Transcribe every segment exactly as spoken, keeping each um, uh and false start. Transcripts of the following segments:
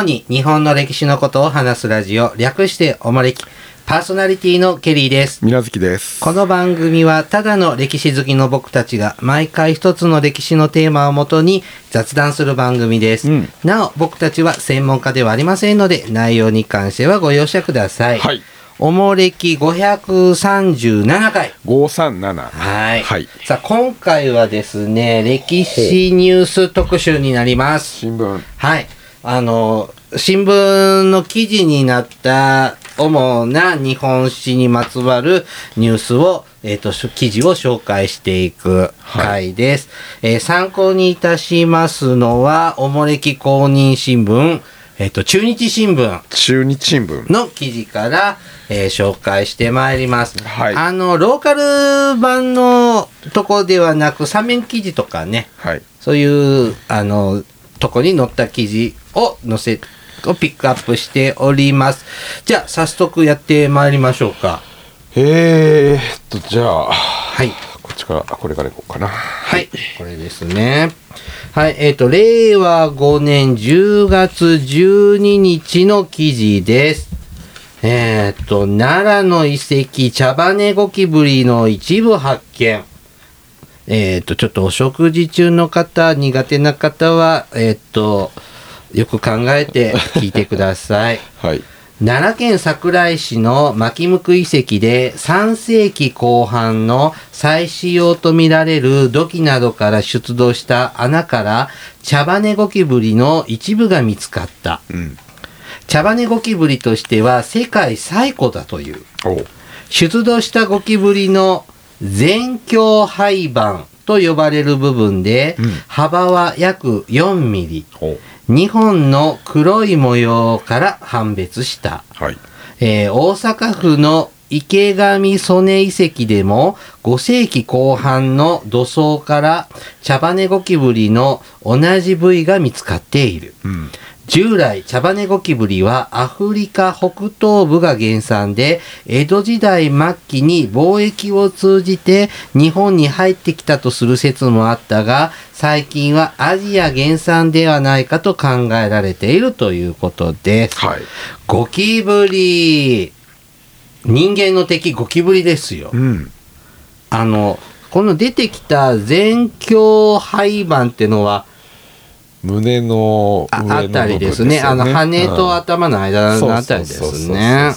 主に日本の歴史のことを話すラジオ、略しておもれき。パーソナリティのケリーです。 みなずきです。 この番組はただの歴史好きの僕たちが毎回一つの歴史のテーマをもとに雑談する番組です、うん、なお僕たちは専門家ではありませんので内容に関してはご容赦ください。はい。おもれきごひゃくさんじゅうななかい。 ごひゃくさんじゅうなな。 はい。はい。さあ今回はですね、歴史ニュース特集になります。 新聞。 はい。あの新聞の記事になった主な日本史にまつわるニュースを、えっと、記事を紹介していく回です。はい。えー、参考にいたしますのは、おもれき公認新聞、えっと、中日新聞。 中日新聞。 の記事から、えー、紹介してまいります。 はい。 あの、ローカル版のとこではなく、三面記事とかね。 はい。 そういう、あの、とこに載った記事を載せ、をピックアップしております。じゃあ、早速やってまいりましょうか。 えーっと、じゃあ、 はい。 こっちから、これからいこうかな。 はい。これですね。はい。えっと、れいわごねんじゅうがつじゅうににちの記事です。えっと、奈良の遺跡、茶羽ゴキブリの一部発見。えっと、ちょっとお食事中の方、苦手な方は、えっと、よく考えて聞いてください。 はい。 奈良県桜井市の牧向遺跡でさんせいきこう半の祭祀用とみられる土器などから出土した穴から茶羽ゴキブリの一部が見つかった。うん、茶羽ゴキブリとしては世界最古だという。出土したゴキブリの全境胚盤と呼ばれる部分で、うん、幅は約よんミリ。にほんの黒い模様から判別した。はい。えー、大阪府の池上曽根遺跡でもごせいきこう半の土層から茶羽ゴキブリの同じ部位が見つかっている。うん、従来茶羽ゴキブリはアフリカ北東部が原産で江戸時代末期に貿易を通じて日本に入ってきたとする説もあったが最近はアジア原産ではないかと考えられているということです。はい、ゴキブリ人間の敵ゴキブリですよ。うん、あのこの出てきた全境胚盤ってのは胸の上の部分ですよね。あ, あたりですね。 あの羽と頭の間のあたりですね。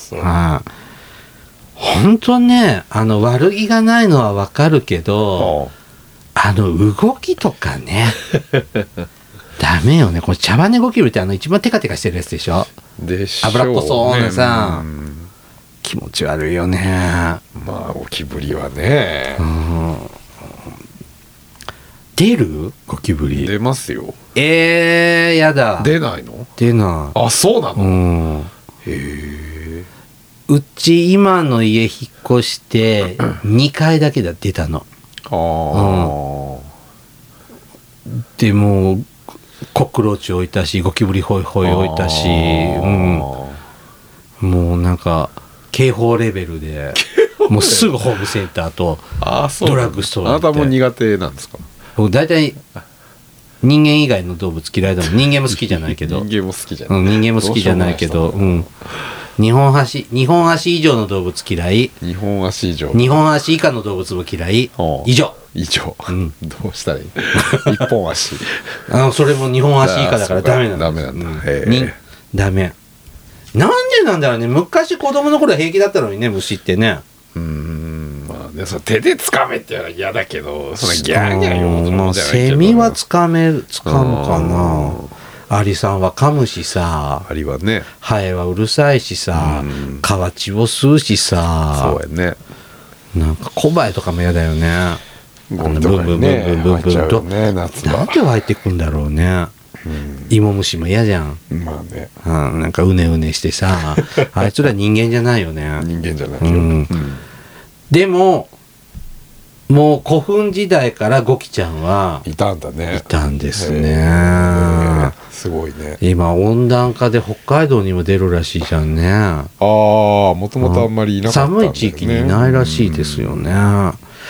本当ね、あの悪気がないのはわかるけど、あの動きとかね、ダメよね。これ茶羽ゴキブリってあの一番テカテカしてるやつでしょ。 でしょうね。 脂っこそうなさ、うん、気持ち悪いよね。 まあゴキブリはね。うん、 出るゴキブリ出ますよ。 えー、やだ。 出ないの？ 出ない。 あ、そうなの？うん、へえ。うち今の家引っ越してにかいだけだ出たの。ああ、うん、でもコクローチ置いたしゴキブリホイホイ置いたし、うん、もうなんか警報レベルでもうすぐホームセンターとドラッグストア。 あなたも苦手なんですか？ 僕大体人間以外の動物嫌いだもん。人間も好きじゃないけど人間も好きじゃない、 うん、人間も好きじゃないけど、うん、日本足日本足以上の動物嫌い。 日本足以上日本足以下の動物も嫌い。以上以上、うん、どうしたらいい一本足あのそれも日本足以下だからダメなんだ。 ダメなんだ、うん、へにダメ。なんでなんだろうね。昔子供の頃は平気だったのにね、虫ってね。 うーん、まあね、それ手で掴めって嫌だけど、そのギャーギャー言うものじゃないけど、 セミは掴める掴むかな。アリさんは噛むしさ、 アリはね、 ハエはうるさいしさ、河内を吸うしさ、 そうやね。 なんかコバエとかも嫌だよね。 ゴミとかにね、入っちゃうよね、夏は。 なんで湧いてくんだろうね。うん、芋虫も嫌じゃん。 まあね、 うん、なんかうねうねしてさあいつら人間じゃないよね。 人間じゃないよ、 うんうん、でももう古墳時代からゴキちゃんはいたんだね。 いたんですね。 すごいね。 今温暖化で北海道にも出るらしいじゃんね。ああ、もともとあんまりいなかったんだよね。 寒い地域にいないらしいですよね。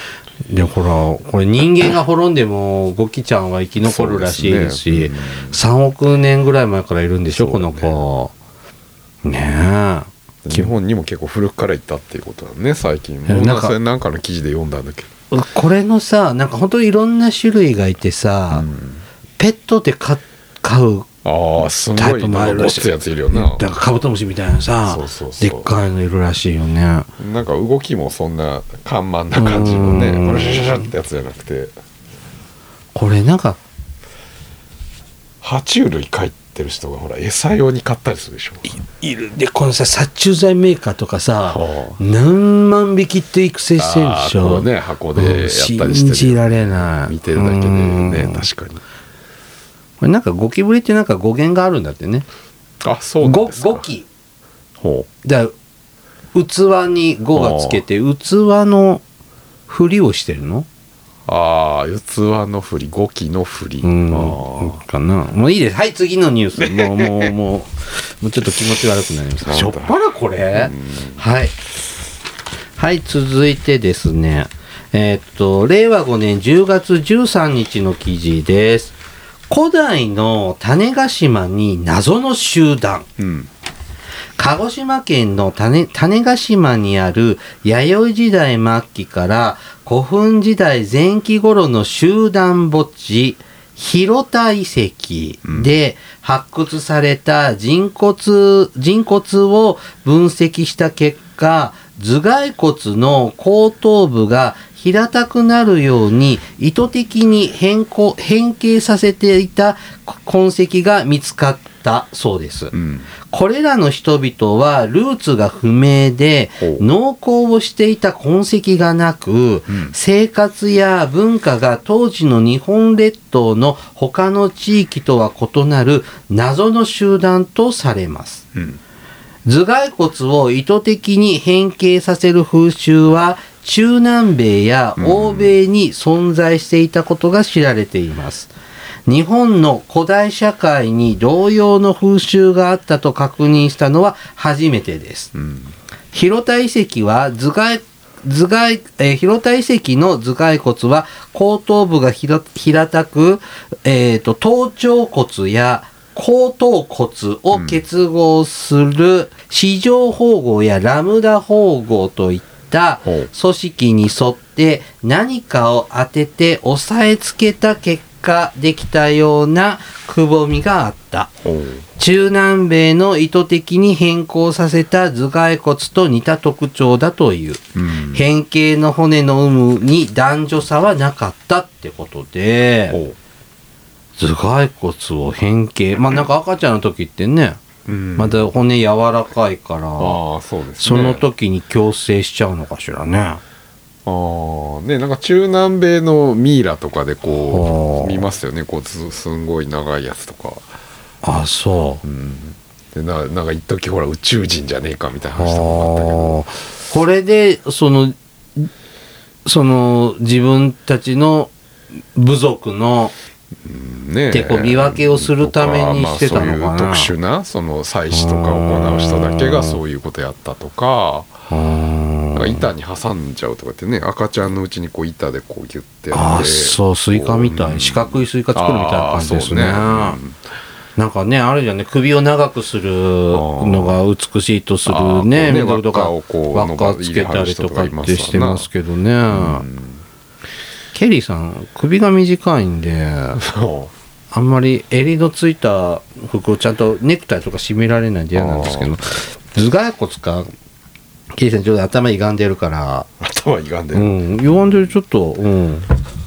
でほらこれ人間が滅んでもゴキちゃんは生き残るらしいですしですね、うん、 さんおくねんぐらい前からいるんでしょ、ね、この子ねえ。 日本にも結構古くからいたっていうことだね最近。もうなんかなんかの記事で読んだんだけど、 これのさなんか本当にいろんな種類がいてさ、うん、ペットで飼うああすごいタイプもあるらしい。やついるよな。 だからカブトムシみたいなさ、そうそうそうでっかいのいるらしいよね。 なんか動きもそんな緩慢な感じのね、ブルシャシャシャってやつじゃなくて、 これなんか爬虫類飼ってる人がほら餌用に買ったりするでしょ。 い, いるでこのさ殺虫剤メーカーとかさ、はあ、何万匹って育成してるでしょ。 こうね箱でやったりしてる。 信じられない。 見てるだけでね確かに。 これなんかゴキブリってなんか語源があるんだってね。 あ、そうなんですか。 ゴキ。ほう。だから器に語がつけて器のふりをしてるの。 ああ器のふり、ゴキのふり。 うんあかな。もういいです。はい次のニュース。もうもうもうもうちょっと気持ち悪くなります。しょっぱなこれ。はいはい続いてですね。えー、っとれいわごねんじゅうがつじゅうさんにちの記事です。古代の種子島に謎の集団、うん、鹿児島県の 種, 種子島にある弥生時代末期から古墳時代前期頃の集団墓地広田遺跡で発掘された人骨、人骨を分析した結果頭蓋骨の後頭部が平たくなるように意図的に変更変形させていた痕跡が見つかったそうです、うん、これらの人々はルーツが不明で農耕をしていた痕跡がなく、うん、生活や文化が当時の日本列島の他の地域とは異なる謎の集団とされます、うん頭蓋骨を意図的に変形させる風習は中南米や欧米に存在していたことが知られています。日本の古代社会に同様の風習があったと確認したのは初めてです。うん、広田遺跡は頭蓋頭蓋えー、広田遺跡の頭蓋骨は後頭部が平たく、えーと、頭頂骨や後頭骨を結合する四条縫合やラムダ縫合といった組織に沿って何かを当てて押さえつけた結果できたようなくぼみがあった。中南米の意図的に変更させた頭蓋骨と似た特徴だという、うん、変形の骨の有無に男女差はなかったってことで頭蓋骨を変形まあなんか赤ちゃんの時ってね、うん、まだ骨柔らかいからあそうです、ね、 その時に矯正しちゃうのかしらね。あねなんか中南米のミイラとかでこう見ますよねこうすすんごい長いやつとか。 あそう、 うん、でななんか一時ほら宇宙人じゃねえかみたいな話とかもあったけどこれでそのその自分たちの部族のね、 でこう見分けをするためにしてたのかな、 まあ、そういう特殊なその祭祀とか行う人だけがそういうことやったとか板に挟んじゃうとかってね赤ちゃんのうちにこう板でこうギュッてやってあそうスイカみたい、うん、四角いスイカ作るみたいな感じですね、ねうん、なんかねあるじゃんね首を長くするのが美しいとするねね輪っかをこう輪っかつけたりとかってしてますけどね、うんケリーさん首が短いんであんまり襟のついた服をちゃんとネクタイとか締められないんで嫌なんですけど頭蓋骨かケリーさんちょっと頭歪んでるから頭歪んでる、 うん、歪んでるちょっとうん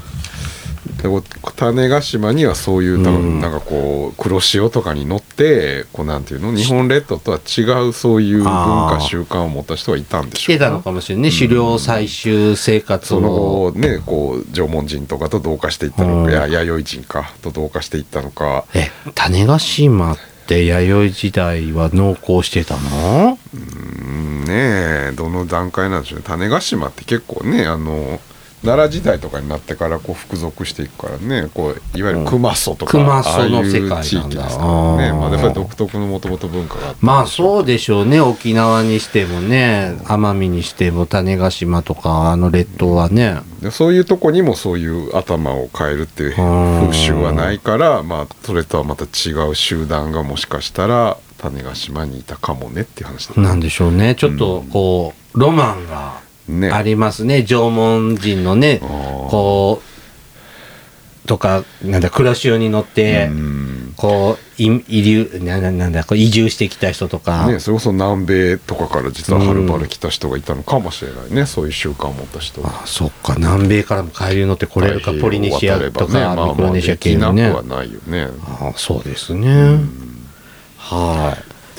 種子島にはそういう、うん、なんかこう黒潮とかに乗ってこうなんていうの日本列島とは違うそういう文化習慣を持った人はいたんでしょうか。来てたのかもしれないね、うん、狩猟採集生活をその後ねこう縄文人とかと同化していったのか、うん、や弥生人かと同化していったのか。 え種子島って弥生時代は農耕してたの？ うんねえどの段階なんでしょうね。種子島って結構ねあの奈良時代とかになってからこう服属していくからね、こういわゆる熊祖とか、 うん、熊ああいう祖の世界なんだ。 地域ですからね、まあ、やっぱり独特のもともと文化があって、 まあそうでしょうね。沖縄にしてもね、奄美にしても種子島とかあの列島はね、 でそういうとこにもそういう頭を変えるっていう風習はないから、まあ、それとはまた違う集団がもしかしたら種子島にいたかもねっていう話だ、ね、 なんでしょうね。ちょっとこう、うん、ロマンがありますね。縄文人のね、こうとかなんだ黒潮に乗って、うん、こう移留ななんだこう移住してきた人とか、 ね、それこそ南米とかから実ははるばる来た人がいたのかもしれないね、うん、そういう習慣を持った人。 ああ、そっか、南米からも海流乗ってこれるか、ポリネシアとか、ね、ミクロネシア系のね、 まあまあできなくはないよね。 ああ、そうですね、うん、はい。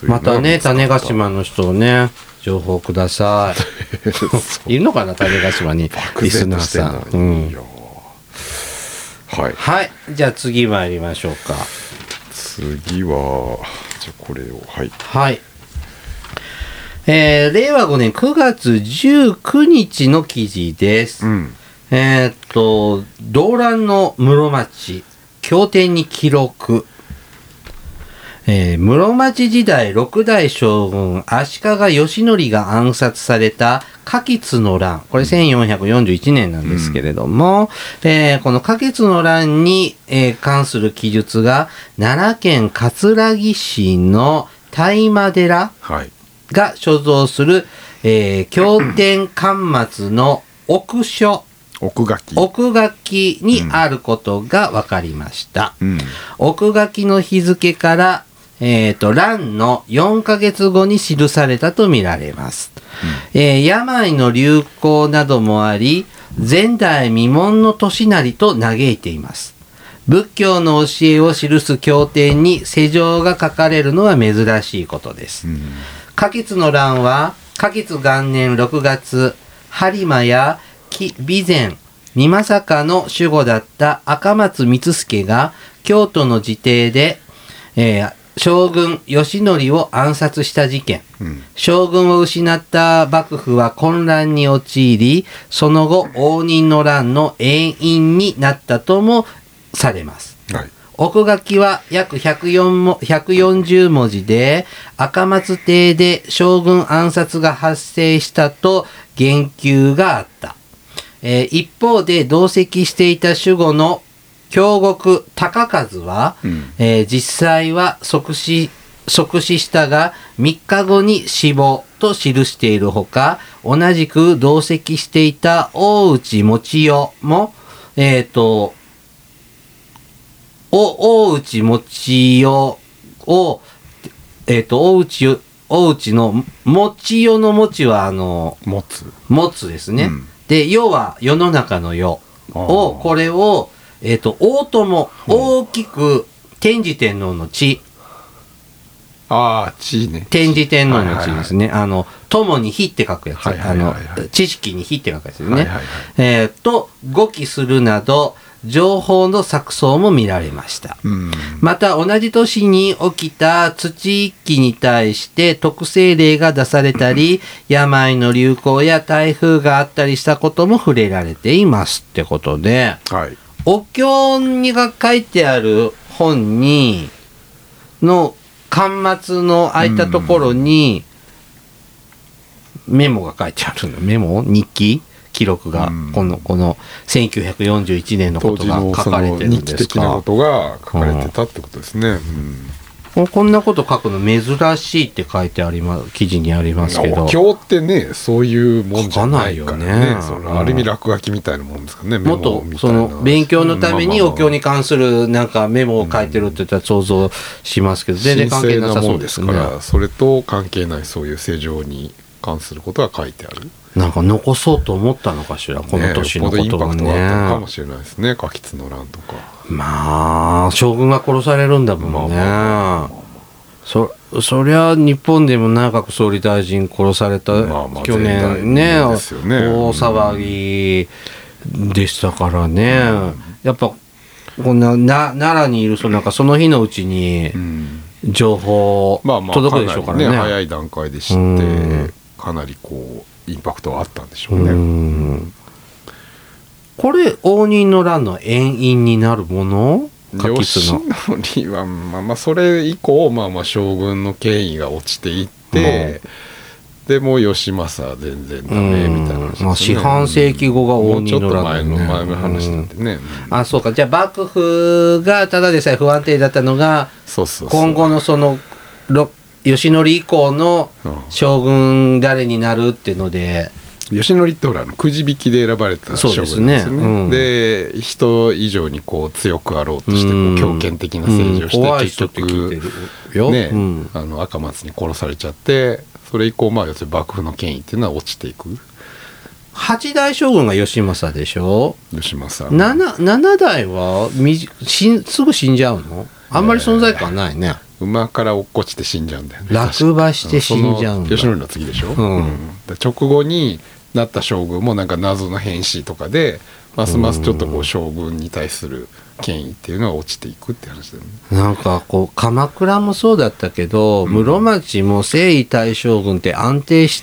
またね、種子島の人をね情報ください。いるのかな、種子島にリスナーさん。うん、 はい、 はい、じゃあ次参りましょうか。 次はじゃあこれを、はい、 はい、えー、れいわごねんくがつじゅうくにちの記事です。うん、えー、っと動乱の室町経典に記録。えー、室町時代六代将軍足利義教が暗殺された花津の乱、これせんよんひゃくよんじゅういちねんなんですけれども、うん、えー、この花津の乱に、えー、関する記述が奈良県葛城市の大麻寺が所蔵する、えー、経典巻末の奥書奥書き奥書きにあることが分かりました。うん、奥書きの日付からえーと、乱のよんかげつごに記されたとみられます。うん、えー、病の流行などもあり、前代未聞の年なりと嘆いています。仏教の教えを記す経典に世情が書かれるのは珍しいことです。うん、花津の乱は、花津元年ろくがつ、播磨や備前、美作の守護だった赤松光助が京都の自邸で、えー将軍義則を暗殺した事件、うん、将軍を失った幕府は混乱に陥り、その後応仁の乱の遠因になったともされます。はい、奥書きは約ひゃくよんもひゃくよんじゅうもじで、赤松邸で将軍暗殺が発生したと言及があった。えー、一方で同席していた守護の京極高和は、うん、えー、実際は即死、即死したがみっかごに死亡と記しているほか、同じく同席していた大内もちよも、えっ、ー、と、大内もちよを、えっ、ー、と、大内、大内のもちよのもちは、あの、 持つ。 持つですね。うん、で、世は世の中の世を、これを、えっ、ー、と、大友、大きく天智天皇の地。 ああ、地ね。 天智天皇の地ですね。はいはいはい、あの、友に火って書くやつ。はいはいはいはい、あの、知識に火って書くやつですね。はいはいはい、えー、と、語記するなど、情報の錯綜も見られました。うん、また、同じ年に起きた土一揆に対して特性例が出されたり、病の流行や台風があったりしたことも触れられていますってことで、はい、お経にが書いてある本にの巻末の空いたところにメモが書いてあるの。メモ日記記録がこのこのせんきゅうひゃくよんじゅういちねんのことが書かれてるんですか。当時のその日記的なことが書かれてたってことですね。うんうん、こんなこと書くの珍しいって書いてあります記事にありますけど、 お経ってねそういうもんじゃないからね。ね、そのある意味落書きみたいなもんですかね。 もっとその勉強のためにお経に関するなんかメモを書いてるって言ったら想像しますけど、全然関係なさそうですね。 神聖なもんですから、それと関係ないそういう世情に関することが書いてある。 なんか残そうと思ったのかしら、この年のことがね。 インパクトがあったのかもしれないですね、花津の乱とか。 まあ将軍が殺されるんだもんね。まあまあまあ、そ, そりゃ日本でも内閣総理大臣殺された、まあまあ去年 ね, ね大騒ぎでしたからね、うん、やっぱこんなな奈良にいる人なんかその日のうちに情報届くでしょうからね、 まあまあかなりね早い段階で知って、うん、かなりこうインパクトはあったんでしょうね。うんこれ応仁の乱の遠因になるもの？嘉吉の義則はまあまあそれ以降、まあ、まあ将軍の権威が落ちていって、でもう義政全然ダメみたいな話ですね。 まあ、四半世紀後が応仁の乱だよね。 もうちょっと前の前の話なんでね、 うん、あそうか。じゃあ幕府がただでさえ不安定だったのが、 そうそうそう、 今後のその義則以降の将軍誰になるっていうので、 義則ってほらくじ引きで選ばれた将軍ですね。 そうですね、うん、 で人以上にこう強くあろうとしてこう強権的な政治をして、 うん、 結局ね、うん、あの赤松に殺されちゃって、それ以降まあ要するに幕府の権威っていうのは落ちていく。 八代将軍が義政でしょ。 義政 7, 7代はみしすぐ死んじゃうの？あんまり存在感ないね。 馬から落っこちて死んじゃうんだよね。 落馬して死んじゃうんだ。 義則の次でしょ、うんうん、直後になった将軍もなんか謎の変死とかでますますちょっとこう将軍に対する権威っていうのが落ちていくって話だよね。 なんかこう鎌倉もそうだったけど、うん、室町も征夷大将軍って安定して、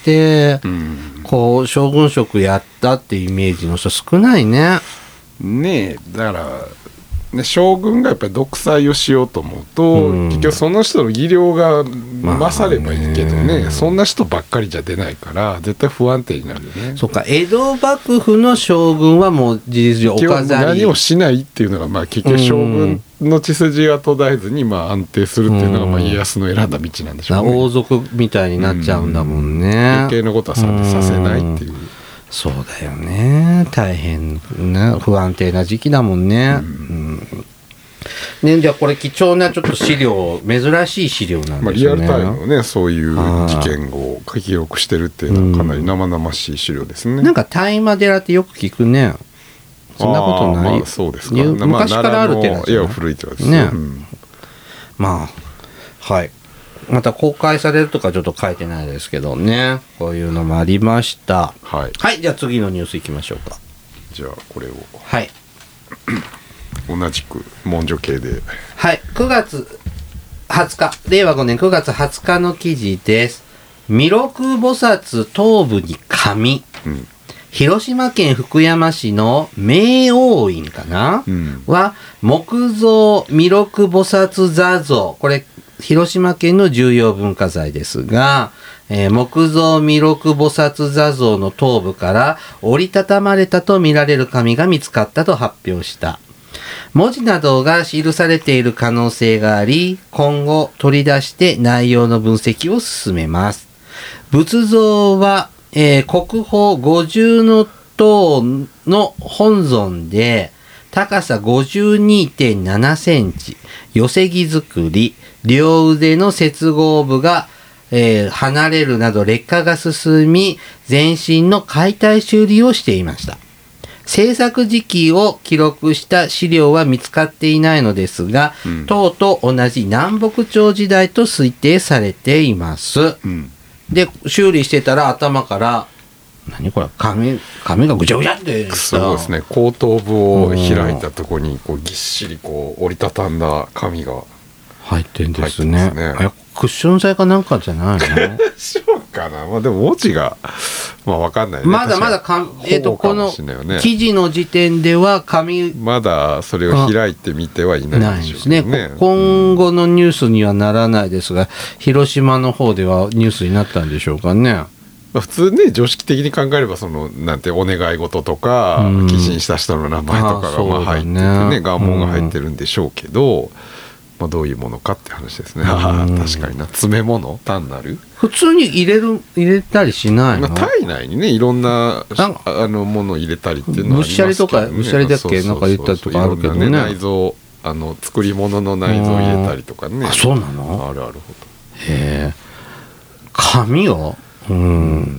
うん、こう将軍職やったっていうイメージの人少ないね。 ねえ、だからね、将軍がやっぱり独裁をしようと思うと、うん、結局その人の技量が勝ればいいけどね、まあ、ねそんな人ばっかりじゃ出ないから絶対不安定になるよね。 そうか、江戸幕府の将軍はもう事実上お飾り何をしないっていうのが、まあ、結局将軍の血筋が途絶えずにまあ安定するっていうのがまあ家康の選んだ道なんでしょうね。 王族みたいになっちゃうんだもんね。 余計なことはさせないっていう。 そうだよね。大変な不安定な時期だもんね。うんうんね、じゃあこれ貴重なちょっと資料、珍しい資料なんですよね。 まあ、リアルタイムのね、そういう事件を記録してるっていうのはかなり生々しい資料ですね。 なんか大麻寺ってよく聞くね。そんなことない。 まあ、そうですか。 昔からある寺じゃない。 いや古い寺ですね。うん、 まあはい。また公開されるとかちょっと書いてないですけどね。こういうのもありました。 はい。 はい、じゃあ次のニュースいきましょうか。 じゃあこれを。 はい。 同じく文書系で、 はい、くがつはつか、れいわごねんくがつはつかの記事です。弥勒菩薩頭部に紙、うん、広島県福山市の明王院かな、うん、は木造弥勒菩薩座像、これ広島県の重要文化財ですが、えー、木造弥勒菩薩座像の頭部から折りたたまれたとみられる紙が見つかったと発表した。文字などが記されている可能性があり、今後取り出して内容の分析を進めます。仏像は、えー、国宝五重塔の本尊で、高さ ごじゅうにてんななセンチ、寄せ木造り、両腕の接合部が、えー、離れるなど劣化が進み、全身の解体修理をしていました。制作時期を記録した資料は見つかっていないのですが、うん、唐と同じ南北朝時代と推定されています。うん、で、修理してたら頭から、何これ、紙、紙がぐちゃぐちゃってした。 そうですね、後頭部を開いたところにこうぎっしりこう折りたたんだ紙が入ってるんですね。あ、クッション材かなんかじゃないの？ そうかな、まあ、でも文字がまあ分かんないね。 まだまだか、えーと、この記事の時点では紙まだそれを開いてみてはいないでしょうね。 ないですね。今後のニュースにはならないですが、広島の方ではニュースになったんでしょうかね。 普通ね、常識的に考えればそのなんてお願い事とか、うん、寄進した人の名前とかがまあ入っててね、願文が入ってるんでしょうけど、うん、まあ、どういうものかって話ですね。うん、確かにな、詰め物単なる普通に入れる入れたりしないの？ まあ、体内にねいろんなあのものを入れたりっていうのはありますけどね。ぶっしゃりとかぶっしゃりだっけなんか言ったりとかあるけどね。内臓、あの作り物の内臓を入れたりとかね。 あ、そうなの？ あるあるほど。 へえ。紙を？うん、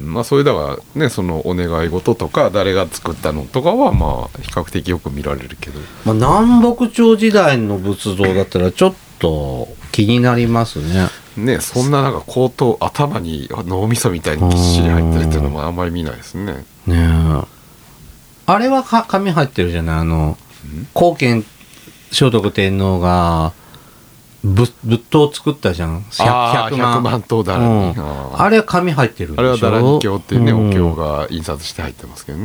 まあそれだからね、そのお願い事とか誰が作ったのとかはまあ比較的よく見られるけど、 まあ、南北朝時代の仏像だったらちょっと気になりますね。 ね、そんななんか後頭頭に脳みそみたいにぎっしり入ってるっていうのもあんまり見ないですね。ねえ、あれはか紙入ってるじゃない、あの高賢聖徳天皇が仏塔を作ったじゃん。ひゃくまん塔だらに、うん、あれは紙入ってるんでしょ。 あれはだらに経っていうね、うん、お経が印刷して入ってますけどね。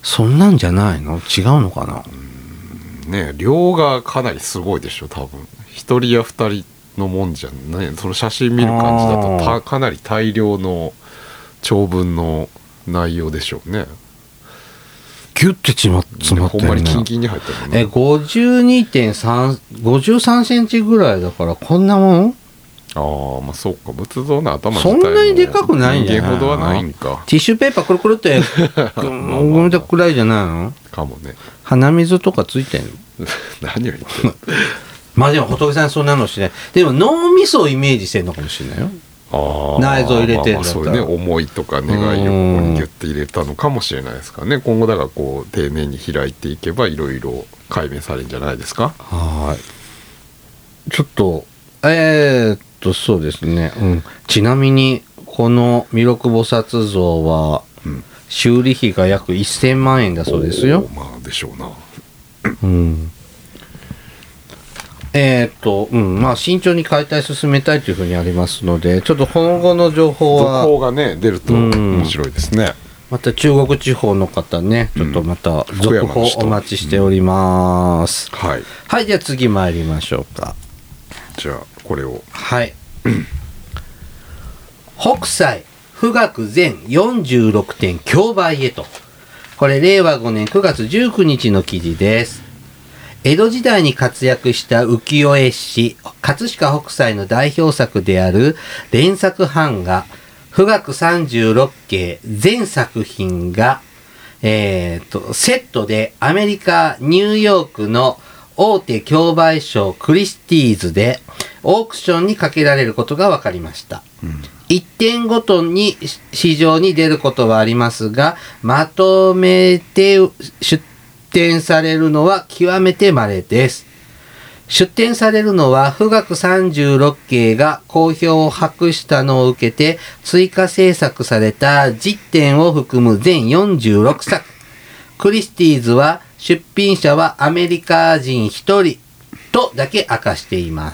そんなんじゃないの？違うのかな。 うんね、量がかなりすごいでしょ多分。一人や二人のもんじゃない。その写真見る感じだとたかなり大量の長文の内容でしょうね。 ギュッて詰まってるね。 ほんまにキンキンに入ってるね。 え ごじゅうにてんさん ごじゅうさんセンチぐらいだからこんなもん。 ああまあそうか、仏像の頭自体もそんなにでかくないんじゃないの？ 人間ほどはないんか。 ティッシュペーパーくるくるってごめんくらいじゃないのかもね。 鼻水とかついてんの何を言ってるまあでも仏さんそんなのしない。でも脳みそをイメージしてんのかもしれないよ。 あ内臓入れてるんだったら、 まあまあそういうね思いとか願いをここにギュッて入れたのかもしれないですからね。今後だからこう丁寧に開いていけばいろいろ解明されるんじゃないですか。 はいちょっとえー、っとそうですね、うん、ちなみにこの弥勒菩薩像は修理費が約せんまんえんだそうですよ。 まあでしょうな。 うんえー、っと、うん、まあ慎重に解体進めたいというふうにありますので、ちょっと今後の情報は続報がね出ると面白いですね。 また中国地方の方ね、ちょっとまた続報お待ちしております。 うん、はい。 はい、じゃあ次参りましょうか。 じゃあこれを。 はい。北斎富岳全よんじゅうろくてん競売へと。これれいわごねんくがつじゅうくにちの記事です。江戸時代に活躍した浮世絵師葛飾北斎の代表作である連作版画富岳さんじゅうろっけい全作品が、えー、とセットでアメリカニューヨークの大手競売所クリスティーズでオークションにかけられることが分かりました。うん、いってんごとに市場に出ることはありますが、まとめて出展されるのは極めて稀です。出展されるのは富岳さんじゅうろっけいが好評を博したのを受けて追加制作されたじってんを含む全よんじゅうろくさく。クリスティーズは出品者はアメリカ人ひとりとだけ明かしています。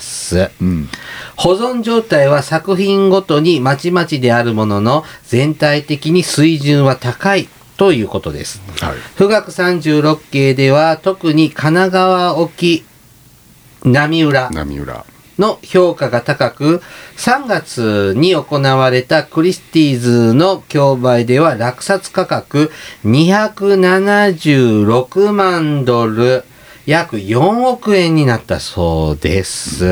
うん、保存状態は作品ごとにまちまちであるものの全体的に水準は高いということです。はい、富岳さんじゅうろっけいでは特に神奈川沖波浦の評価が高く、さんがつに行われたクリスティーズの競売では落札価格にひゃくななじゅうろくまんドル、約よんおくえんになったそうです。うん、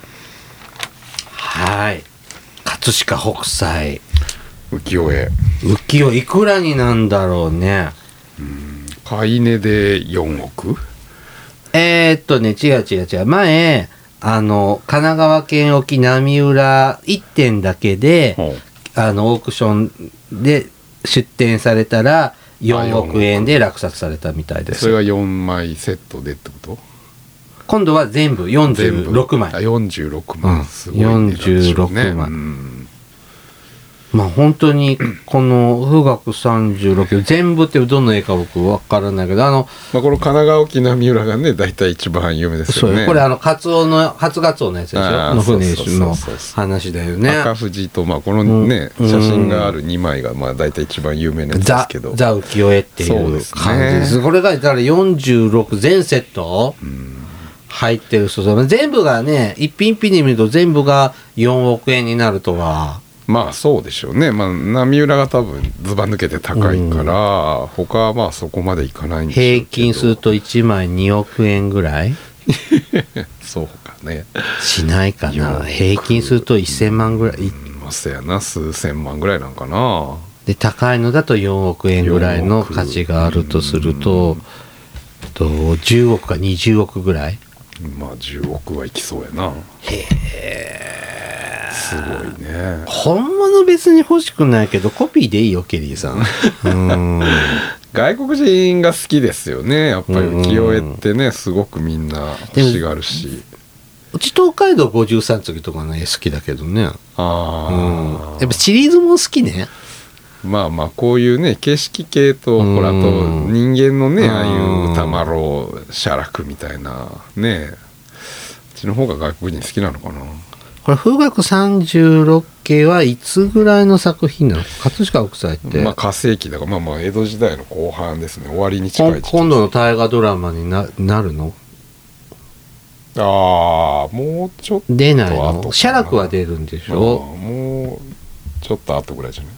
はい。葛飾北斎浮世絵浮世絵いくらになんだろうね。 うん、買い値でよんおく？ えー、っとね違う違う違う前あの神奈川県沖波浦いってんだけで、うん、あのオークションで出展されたらよんおくえんで落札されたみたいです。 それがよんまいセットでってこと？ 今度は全部よんじゅうろくまい。 あよんじゅうろくまん、うん、すごいね。 よんじゅうろくまい、うん、まあ本当にこの富岳さんじゅうろっけい全部ってどの絵か僕分からないけど、あの、 まあ、この神奈川沖波浦がね大体一番有名ですよね。 そうこれあのカツオの初ガツオのやつでしょ、の船の話だよね。 赤富士と、まあ、このね、うん、写真があるにまいがまあ大体一番有名なやつですけど、 ザ・浮世絵っていう感じです。そうですね、これがだからよんじゅうろく全セット、うん入ってる人全部がね一品一品で見ると全部がよんおくえんになるとはまあそうでしょうね。まあ波浦が多分ずば抜けて高いから、うん、他はまあそこまでいかないんでしょうけど、平均するといちまいにおくえんぐらいそうかねしないかな。平均するとせんまんぐらい、うん、 まあせやな数千万ぐらいなんかな。 で高いのだとよんおくえんぐらいの価値があるとすると、とじゅうおくかにじゅうおくぐらい。 まあじゅうおくはいきそうやな。 へえすごいね。 本物別に欲しくないけどコピーでいいよケリーさんうん外国人が好きですよねやっぱり浮世絵ってね。すごくみんな欲しがるし、 うち東海道ごじゅうさん次とかね好きだけどね。 あ、 うん、やっぱシリーズも好きね。 まあまあこういうね景色系とほらと人間のねああいう歌麿写楽みたいなね、うちの方が外国人好きなのかな。 これ富岳さんじゅうろっけいはいつぐらいの作品なの？葛飾北斎って、 まあ火世紀だからまあまあ江戸時代の後半ですね。終わりに近い時期。 今度の大河ドラマに な, なるの？ ああもうちょっと出ないの？写楽は出るんでしょ？ まあ、もうちょっと後ぐらいじゃない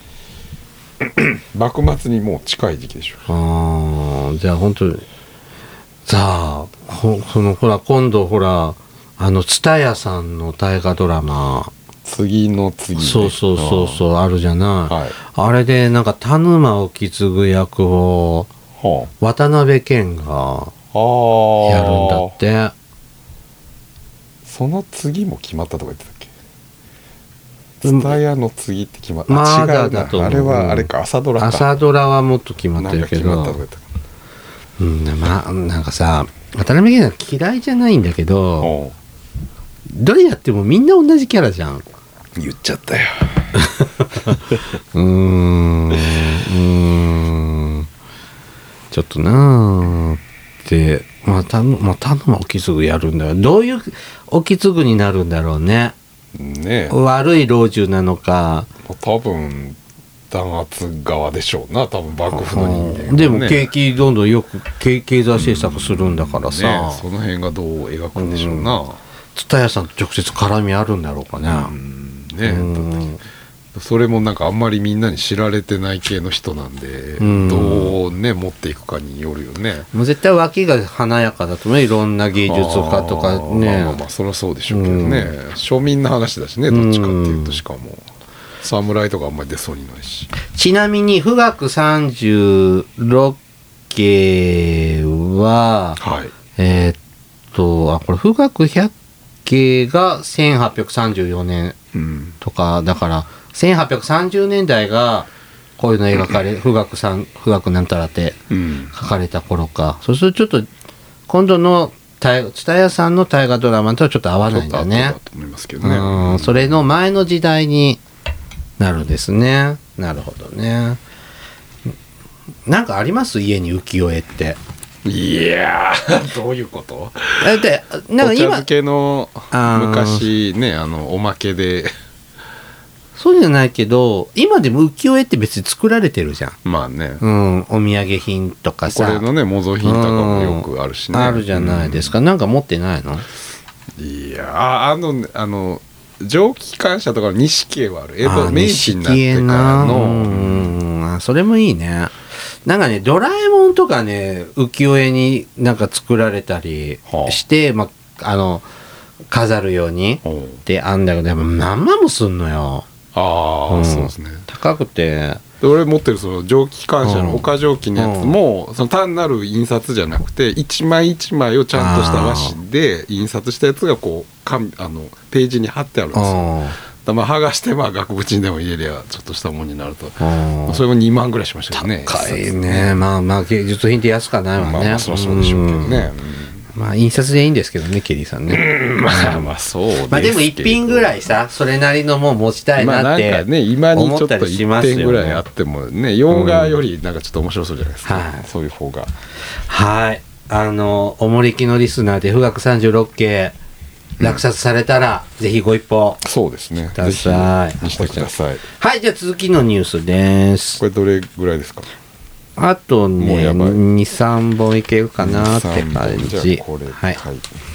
幕末にもう近い時期でしょ。 ああじゃあ本当にさあほそのほら今度ほらあの蔦屋さんの大河ドラマ次の次、ね、 そうそうそうそうあるじゃない、 はい、 あれでなんか田沼意次役を渡辺謙がやるんだって、はあ、 その次も決まったとか言ってたっけ？蔦屋の次って決まった、 まだ違うなだと思う。 あれはあれか朝ドラか。 朝ドラはもっと決まってるけどなんか決まったとか言ってた、うんまあ、なんかさ渡辺謙は嫌いじゃないんだけどどれやってもみんな同じキャラじゃん。 言っちゃったようーんうーんちょっとなーってまあたまあ田沼意次やるんだよ。どういう意次になるんだろうね。 ねえ悪い老中なのか多分弾圧側でしょうな。多分幕府の人間、ね、 でも景気どんどんよく 経, 経済政策するんだからさ、 ね、その辺がどう描くんでしょうな。 蔦屋さんと直接絡みあるんだろうかね。 うんねうんそれもなんかあんまりみんなに知られてない系の人なんで、うん、どうね持っていくかによるよね。 もう絶対脇が華やかだとねいろんな芸術家とかね。 まあまあまあそりゃそうでしょうけどね、うん、庶民の話だしねどっちかっていうと。しかも侍とかあんまり出そうにないし。 ちなみに富岳さんじゅうろっけいは、 はい、 えー、っとあこれ富岳ひゃっけいがせんはっぴゃくさんじゅうよねんとか、うん、だからせんはっぴゃくさんじゅうねんだいがこういうの描かれ富岳さん富岳なんたらって書かれた頃か、うん、そうするとちょっと今度の蔦屋さんの大河ドラマとはちょっと合わないんだね。 ちょっと後だと思いますけどね。 うん、それの前の時代になるんですね。なるほどね。なんかあります家に浮世絵って。 いやーどういうこと？ だってなんか今お茶漬けの昔ねあのおまけでそうじゃないけど今でも浮世絵って別に作られてるじゃん。 まあね、 うん、お土産品とかさこれのね模造品とかもよくあるしね、 うん、あるじゃないですか、うん、なんか持ってないの？ いやあのあの蒸気機関車とかの錦絵はある。江戸明治になってからの、 うん、それもいいね。なんかねドラえもんとかね浮世絵になんか作られたりして、はあまあ、あの飾るようにってあんだけどでも何万もすんのよ。 ああ、うん、そうですね。 高くてで俺持ってるその蒸気機関車の岡蒸気のやつも、うん、その単なる印刷じゃなくて一枚一枚をちゃんとした和紙で印刷したやつがこうかあのページに貼ってあるんですよ。だまあ剥がしてまあ額縁にでも入れりゃちょっとしたものになると、まあ、それもにまんぐらいしましたよね。 高いね。まあまあ芸術品って安かないわね。 まあまあそりゃそうでしょうけどね、 うん、まあ印刷でいいんですけどねケリーさんね、 うん、まあまあそうですけど、 まあでも一品ぐらいさそれなりのもん持ちたいなってまあなんかね今にちょっと一点ぐらいあっってもね洋画よりなんかちょっと面白そうじゃないですか、うん、そういう方が。 はいあのおもれきのリスナーで富岳さんじゅうろっけい落札されたら、うん、ぜひご一報そうですねください。 見せてください。 はいじゃあ続きのニュースです。 これどれぐらいですか？ あとねにさんぼんいけるかなって感じ。 これ、 はい、はい、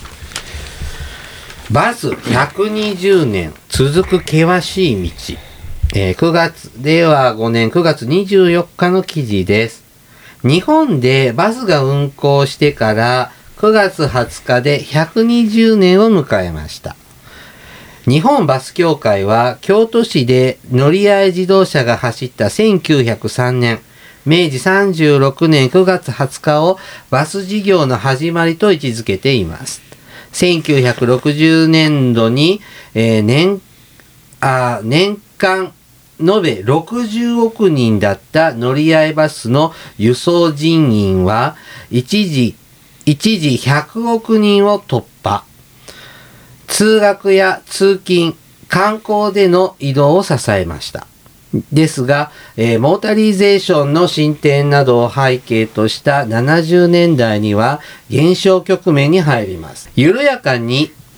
バスひゃくにじゅうねん続く険しい道、えー、くがつれいわごねんくがつにじゅうよっかの記事です。日本でバスが運行してからくがつはつかでひゃくにじゅうねんを迎えました。日本バス協会は京都市で乗り合い自動車が走ったせんきゅうひゃくさんねんめいじさんじゅうろくねんくがつはつかをバス事業の始まりと位置づけています。せんきゅうひゃくろくじゅうねんどに、えー、年あ年間延べろくじゅうおくにんだった乗り合いバスの輸送人員は一時一時ひゃくおくにんを突破。通学や通勤、観光での移動を支えました。ですが、えー、モータリゼーションの進展などを背景としたななじゅうねんだいには減少局面に入ります。緩やかに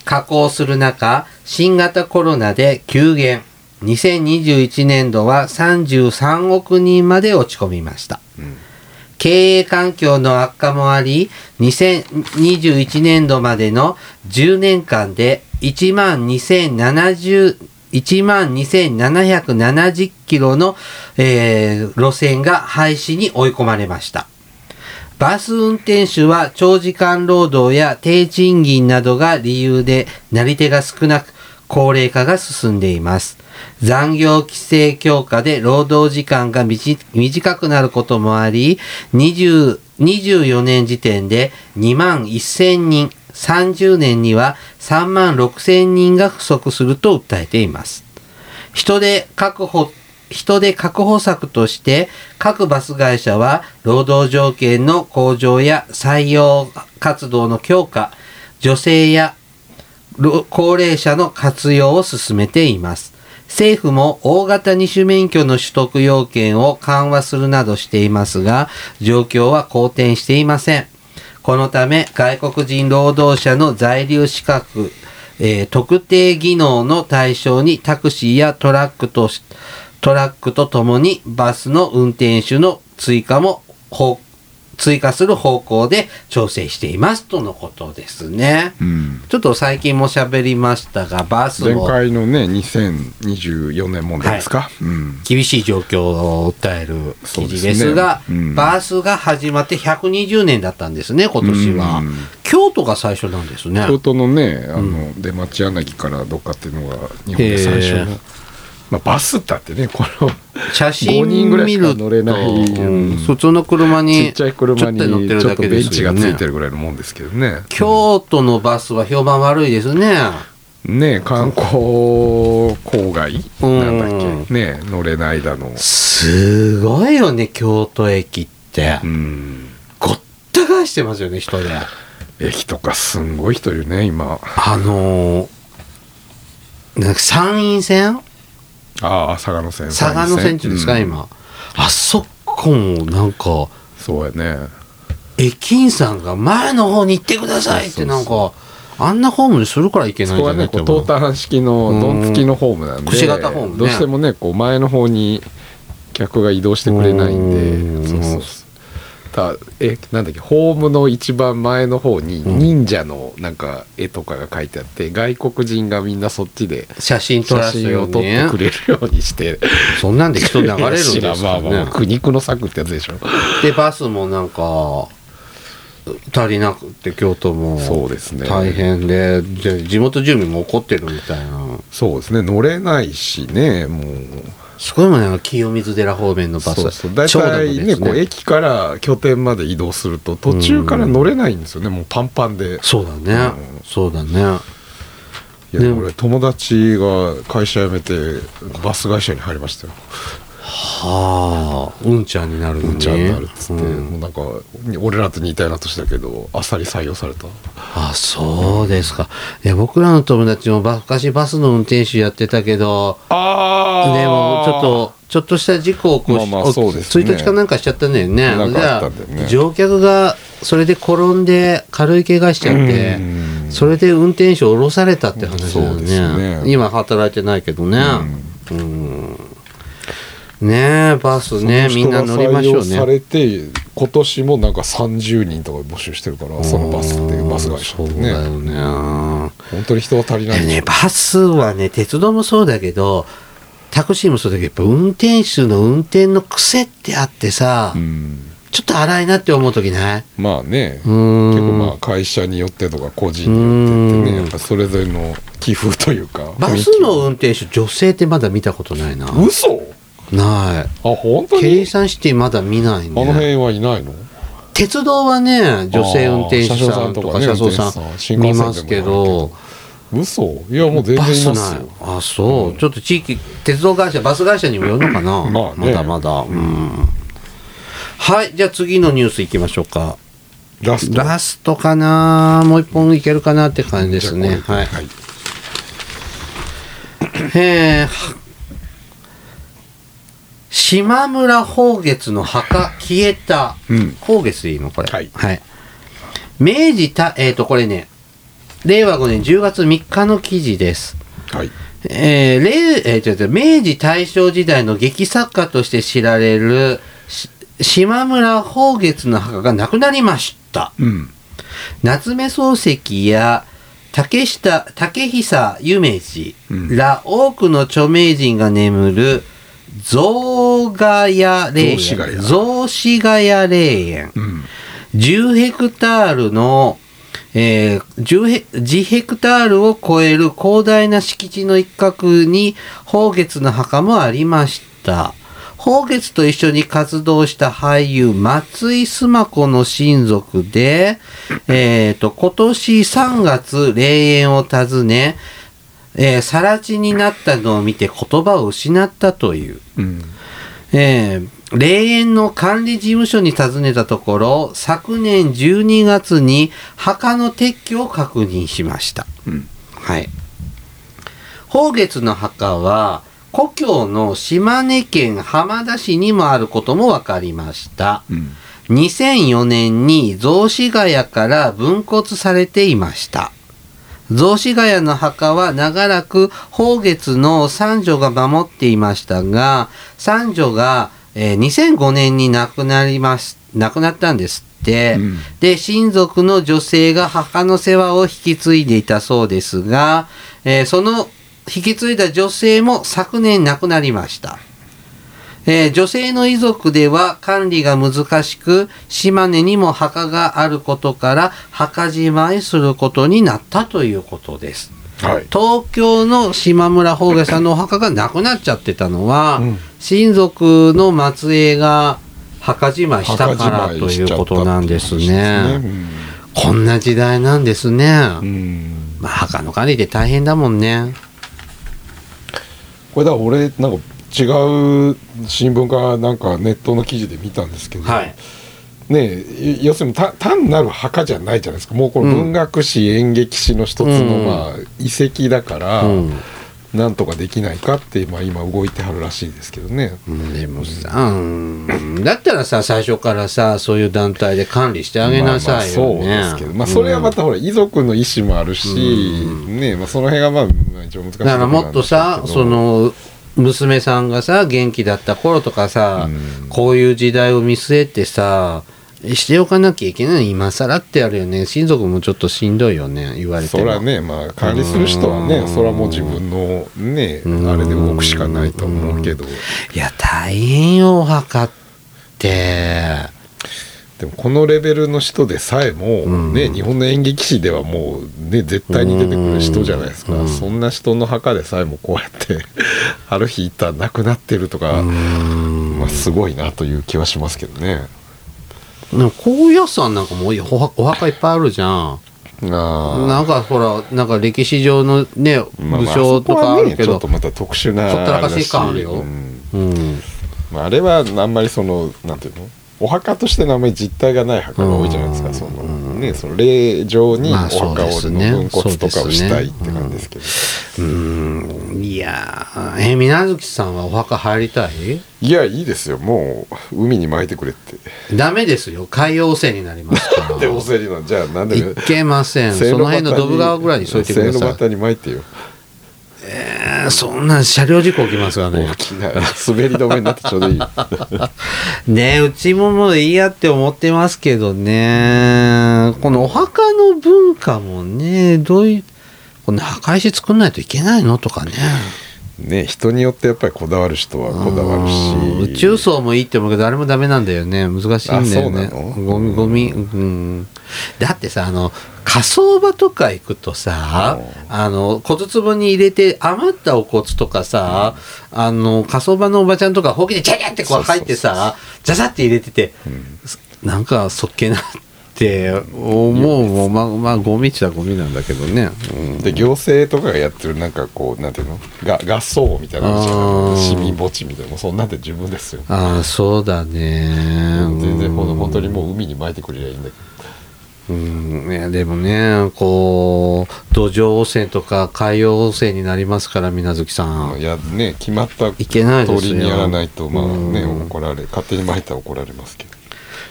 下降する中、新型コロナで急減。にせんにじゅういちねんどはさんじゅうさんおくにんまで落ち込みました。うん、経営環境の悪化もあり、にせんにじゅういちねんどまでのじゅうねんかんでいちまんにせんななじゅう、いちまんにせんななひゃくななじゅっキロの、えー、路線が廃止に追い込まれました。バス運転手は長時間労働や低賃金などが理由でなり手が少なく、高齢化が進んでいます。残業規制強化で労働時間が短くなることもあり、にじゅう、にじゅうよねん時点でにまんせんにん、さんじゅうねんにはさんまんろくせんにんが不足すると訴えています。人手確保、人手確保策として各バス会社は労働条件の向上や採用活動の強化、女性や高齢者の活用を進めています。政府も大型二種免許の取得要件を緩和するなどしていますが、状況は好転していません。このため、外国人労働者の在留資格、えー、特定技能の対象にタクシーやトラックと、トラックとともにバスの運転手の追加も追加する方向で調整していますとのことですね。うん、ちょっと最近も喋りましたが、バスも前回のねにせんにじゅうよねん問題ですか、はいうん、 厳しい状況を訴える記事ですが、すねうん、バスが始まってひゃくにじゅうねんだったんですね、今年は。うん、京都が最初なんですね。 京都のね、あの、うん、出町柳からどっかっていうのが日本で最初の。まあ、バスだってね、この写真見ると乗れない、うん、普通の車にちっちゃい車にちょっとベンチがついてるぐらいのもんですけどね。 京都のバスは評判悪いですね。 ね観光郊外なんだっけ、ね乗れないだの。 すごいよね京都駅って。うん、ごった返してますよね人で。 駅とかすんごい人いるね今。 あのー、なんか山陰線。 ああ佐賀の線佐賀の線っていうんですか、うん、今あそこもなんかそうやね駅員さんが前の方に行ってくださいってなんかそうそうそうあんなホームにするからいけないんじゃないか。そこはねこうトータン式のドン付きのホームなんでくし形ホーム、ね、 どうしてもねこう前の方に客が移動してくれないんでそうそうそうたえなんだっけホームの一番前の方に忍者のなんか絵とかが書いてあって、うん、外国人がみんなそっちで写真撮らせよう、ね、 写真を撮ってくれるようにしてそんなんで人流れるんですかね。 まあまあ苦肉の策ってやつでしょ。 でバスもなんか足りなくて京都も大変で、そうですね、地元住民も怒ってるみたいな。 そうですね乗れないしねもうすごいもんね清水寺方面のバス。 そうそう大体ねこう駅から拠点まで移動すると途中から乗れないんですよね、うん、もうパンパンで。 そうだね、うん、そうだね。 いや俺友達が会社辞めてバス会社に入りましたよ。 はあうんちゃんになるのにうんちゃんになるっつって、うん、もうなんか俺らと似たような年だけどあっさり採用された。 あそうですか。いや僕らの友達も昔バスの運転手やってたけどあでもちょっとちょっとした事故を起こし、まあまあそうですね、ついたちかなんかしちゃったんだよね。 なんかあったんだよね。 じゃあ乗客がそれで転んで軽い怪我しちゃってそれで運転手を降ろされたって話だよ ね,、うん、そうですね。今働いてないけどね。うん、うんねえバスねみんな乗りましょうね。 採用されて今年もなんかさんじゅうにんとか募集してるからそのバスってバス会社ってね。そうだよね。本当に人は足りないね。バスはね鉄道もそうだけどタクシーもそうだけどやっぱ運転手の運転の癖ってあってさ、うん、ちょっと荒いなって思う時ない？ まあね結構まあ会社によってとか個人によってってねやっぱそれぞれの気風というか。 バスの運転手女性ってまだ見たことないな。 嘘？ ない。 あ本当に？ ケイサンシティまだ見ないね。 あの辺はいないの？ 鉄道はね女性運転手さんとか車掌さん見ますけど。 嘘？いやもう全然いますよ。 あそう、うん、ちょっと地域鉄道会社バス会社にもよるのかな。まあね、まだまだ、うん、はいじゃあ次のニュースいきましょうか。 ラストラストかなもう一本いけるかなって感じですね。はい、はい、えー島村宝月の墓消えた、うん、宝月でいいのこれ、はいはい、明治たえっ、ー、とこれねれいわごねんじゅうがつみっかの記事です。 はい。 えーれえー、違う違う明治大正時代の劇作家として知られる島村抱月の墓がなくなりました。 うん、 夏目漱石や竹下竹久夢二ら多くの著名人が眠る雑賀谷霊園雑司ヶ谷霊園、うん、じゅうヘクタールの、えー、じゅうヘクタールを超える広大な敷地の一角に抱月の墓もありました。抱月と一緒に活動した俳優松井須磨子の親族で、えー、と今年さんがつ霊園を訪ね、えー、更地になったのを見て言葉を失ったという、うんえー、霊園の管理事務所に訪ねたところ昨年じゅうにがつに墓の撤去を確認しました、うんはい、抱月の墓は故郷の島根県浜田市にもあることも分かりました、うん、にせんよねんに雑司ヶ谷から分骨されていました。雑司ヶ谷の墓は長らく抱月の三女が守っていましたが三女が、えー、にせんごねんに亡くなります亡くなったんですって、うん、で親族の女性が墓の世話を引き継いでいたそうですが、えー、その引き継いだ女性も昨年亡くなりました、えー、女性の遺族では管理が難しく島根にも墓があることから墓じまいすることになったということです、はい、東京の島村抱月さんのお墓がなくなっちゃってたのは、うん、親族の末裔が墓じまいしたからということなんですね、うん、こんな時代なんですね、うんまあ、墓の管理って大変だもんね。 これだから俺なんか違う新聞かなんかネットの記事で見たんですけど、はい、ね要するに単なる墓じゃないじゃないですか。もうこの文学史、うん、演劇史の一つの、まあ、遺跡だから、うん、なんとかできないかって、まあ、今動いてはるらしいですけどね、 うん、でもさ、うん、だったらさ最初からさそういう団体で管理してあげなさいよね。まあまあそうですけど、まあ、それはまたほら、うん、遺族の意思もあるし、うんねまあ、その辺がまあ一応難しいところなんですけど、だからもっとさその娘さんがさ元気だった頃とかさ、うん、こういう時代を見据えてさしておかなきゃいけない。今更ってあるよね。親族もちょっとしんどいよね言われても。 そらねまあ管理する人はねそらもう自分のねあれで動くしかないと思うけど、 いや大変よお墓って。 でもこのレベルの人でさえも、うんね、日本の演劇史ではもう、ね、絶対に出てくる人じゃないですか、うん、そんな人の墓でさえもこうやってある日行ったら亡くなってるとか、うんまあ、すごいなという気はしますけどね。 高野山なんかもお墓いっぱいあるじゃん。あなんかほらなんか歴史上のね武将とかあるけど、 まあ、まあそこはねちょっとまた特殊なほったらかし感あるよ、うんうんまあ、あれはあんまりそのなんていうのお墓としてのあんまり実体がない墓が多いじゃないですか。そのね、その霊場にお墓をの分骨とかをしたいって感じですけど、 まあうんうん、いやえ水無月さんはお墓入りたい？ いやいいですよ。もう海に撒いてくれって。 ダメですよ。海洋汚染になりますから。 で汚染のじゃあなんでいけません。その辺のドブ川ぐらいに添えてください。 セイのバタに撒いてよ。 えー、そんな車両事故起きますがね。 起きない。滑り止めになってちょうどいい。 ねうちももういいやって思ってますけどね。このお墓の文化もねどういうこの墓石作んないといけないのとかね。 ね人によってやっぱりこだわる人はこだわるし、 宇宙葬もいいって思うけどあれもダメなんだよね。難しいんだよね。ゴミゴミ、うん、だってさあの火葬場とか行くとさあの骨壺に入れて余ったお骨とかさ、うん、あの火葬場のおばちゃんとかほうきでチャチャってこう入ってさジャザって入れてて、うん、なんかそっけなって思うもまあまあゴミっちゃゴミなんだけどね、 うん、で行政とかがやってるなんかこうなんていうのが合葬みたいなの市民墓地みたいなもうそんなんで十分ですよ。 ああそうだね。 全然本当にもう海に撒いてくれりゃいいんだけど。 うん、いやでもねこう土壌汚染とか海洋汚染になりますから水無月さん。 いやね決まった通りにやらないとまあね怒られ勝手に撒いたら怒られますけど。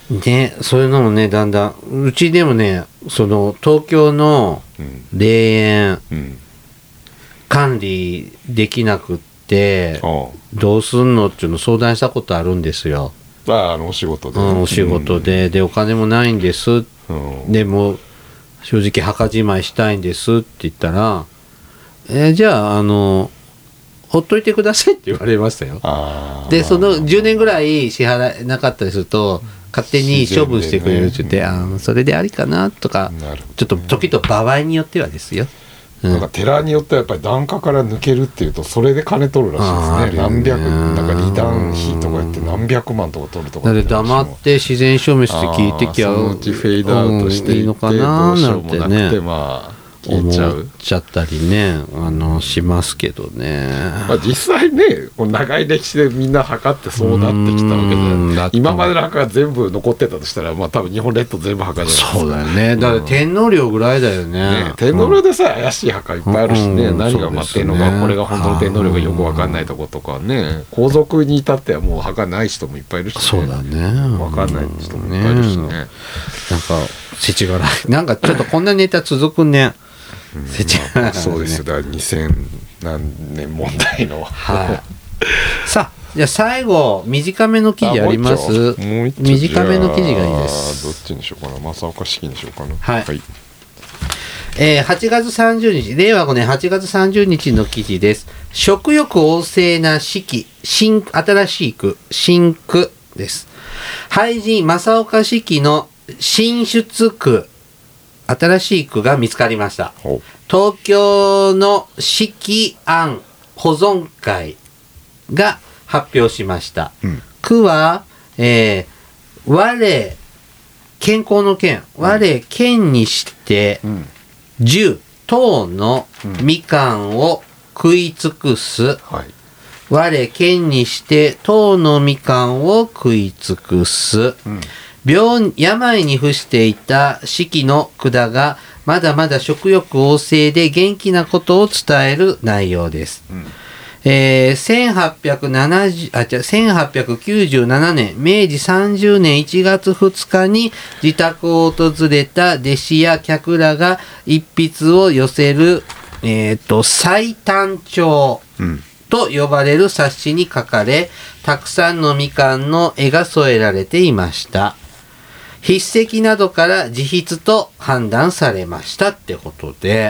ね、そういうのもねだんだんうちでもねその東京の霊園、うん、管理できなくってどうすんのっていうのを相談したことあるんですよ。 ああのお仕事で、 うん、お仕事で、うん、でお金もないんです、うん、でも正直墓じまいしたいんですって言ったら、えー、じゃああのほっといてくださいって言われましたよ。でそのじゅうねんぐらい支払えなかったりすると勝手に処分してくれるって言って、ね、あそれでありかなとか、ね、ちょっと時と場合によってはですよ。 なんか寺によってはやっぱり檀家から抜けるっていうとそれで金取るらしいですね。何百なんか離檀費とかやって何百万とか取るとか。 だって黙って自然消滅って聞いてきゃそのうちフェードアウトしていって、うん、いいのかななんてねまあ思っちゃったりねあのしますけどね、 まあ、実際ねこの長い歴史でみんな測ってそうなってきたわけで今までの墓が全部残ってたとしたら、まあ、多分日本列島全部墓じゃないですか。 そうだよねだから天皇陵ぐらいだよ ね, ね天皇陵でさ怪しい墓いっぱいあるしね、うん、何が待ってるのか、ね、これが本当の天皇陵がよく分かんないとことかね皇族に至ってはもう墓ない人もいっぱいいるし、ね、 そうだね分かんない人もいっぱいいるしね、うん、なんか世知辛いなんかちょっとこんなネタ続くねうんまあ、そうですよだからにせん何年問題の、 はい、さあじゃあ最後短めの記事あります？ もう一短めの記事がいいです。 どっちにしようかな正岡式にしようかな。 はい、はい、えー、はちがつさんじゅうにちれいわごねんはちがつさんじゅうにちの記事です。食欲旺盛な式新新しい句新句です。俳人正岡子規の新出句新しい句が見つかりました。東京の式案保存会が発表しました。うん、句は、えー、我健康の健我健にして十等のみかんを食い尽くす、うんはい、我健にして等のみかんを食い尽くす、うん病病に伏していた子規の句だがまだまだ食欲旺盛で元気なことを伝える内容です、うんえー、せんはっぴゃくななじゅうあ違うせんはっぴゃくきゅうじゅうななねんめいじさんじゅうねんいちがつふつかに自宅を訪れた弟子や客らが一筆を寄せる、えー、と最短帳、うんと呼ばれる冊子に書かれたくさんのみかんの絵が添えられていました。筆跡などから自筆と判断されましたってことで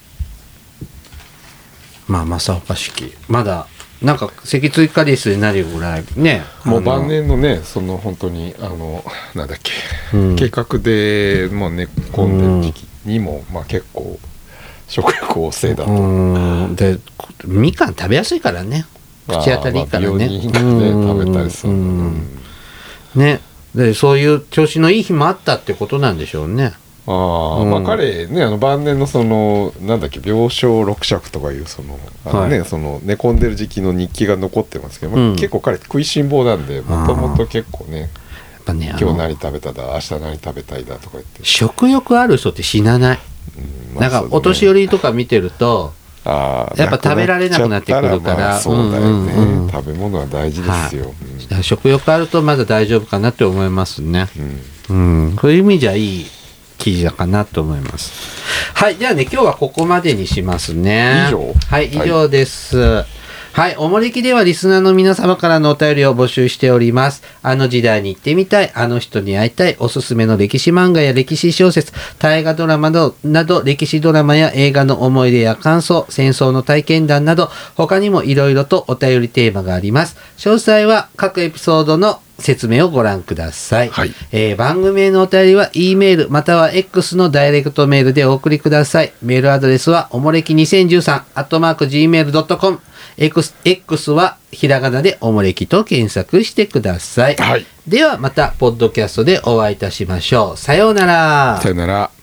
まあ正岡子規まだなんか脊椎カリスになるぐらいねもう晩年のねその本当にあのなんだっけ、うん、計画でもう寝込んでる時期にも、うん、まあ結構食欲旺盛だとうんでみかん食べやすいからね口当たりいいからね、まあ、 美容人がね食べたりする、うん、 ねでそういう調子のいい日もあったってことなんでしょうね。 あ、うんまあ、彼ねあの晩年のそのなんだっけ病床六尺とかいうそのあの、ねはい、その寝込んでる時期の日記が残ってますけど、まあうん、結構彼食いしん坊なんでもともと結構ねやっぱね今日何食べただ明日何食べたいだとか言って食欲ある人って死なない、うんまあ、なんかお年寄りとか見てるとあやっぱ食べられなくなってくるから、 そうだよね、うんうん、食べ物は大事ですよ、 はいうん、食欲あるとまだ大丈夫かなって思いますね、うんうん、そういう意味じゃいい記事だかなと思います。はいじゃあね今日はここまでにしますね。 以上はい以上です、はいはい、おもれきではリスナーの皆様からのお便りを募集しております。あの時代に行ってみたい、あの人に会いたい、おすすめの歴史漫画や歴史小説、大河ドラマなど、など歴史ドラマや映画の思い出や感想、戦争の体験談など、他にもいろいろとお便りテーマがあります。詳細は各エピソードの説明をご覧ください、はいえー、番組へのお便りは E メールまたは X のダイレクトメールでお送りください。メールアドレスはおもれきにせんじゅうさん アットマーク ジーメールドットコムX, X はひらがなでおもれきと検索してください、はい、ではまたポッドキャストでお会いいたしましょう。さようなら。 さようなら。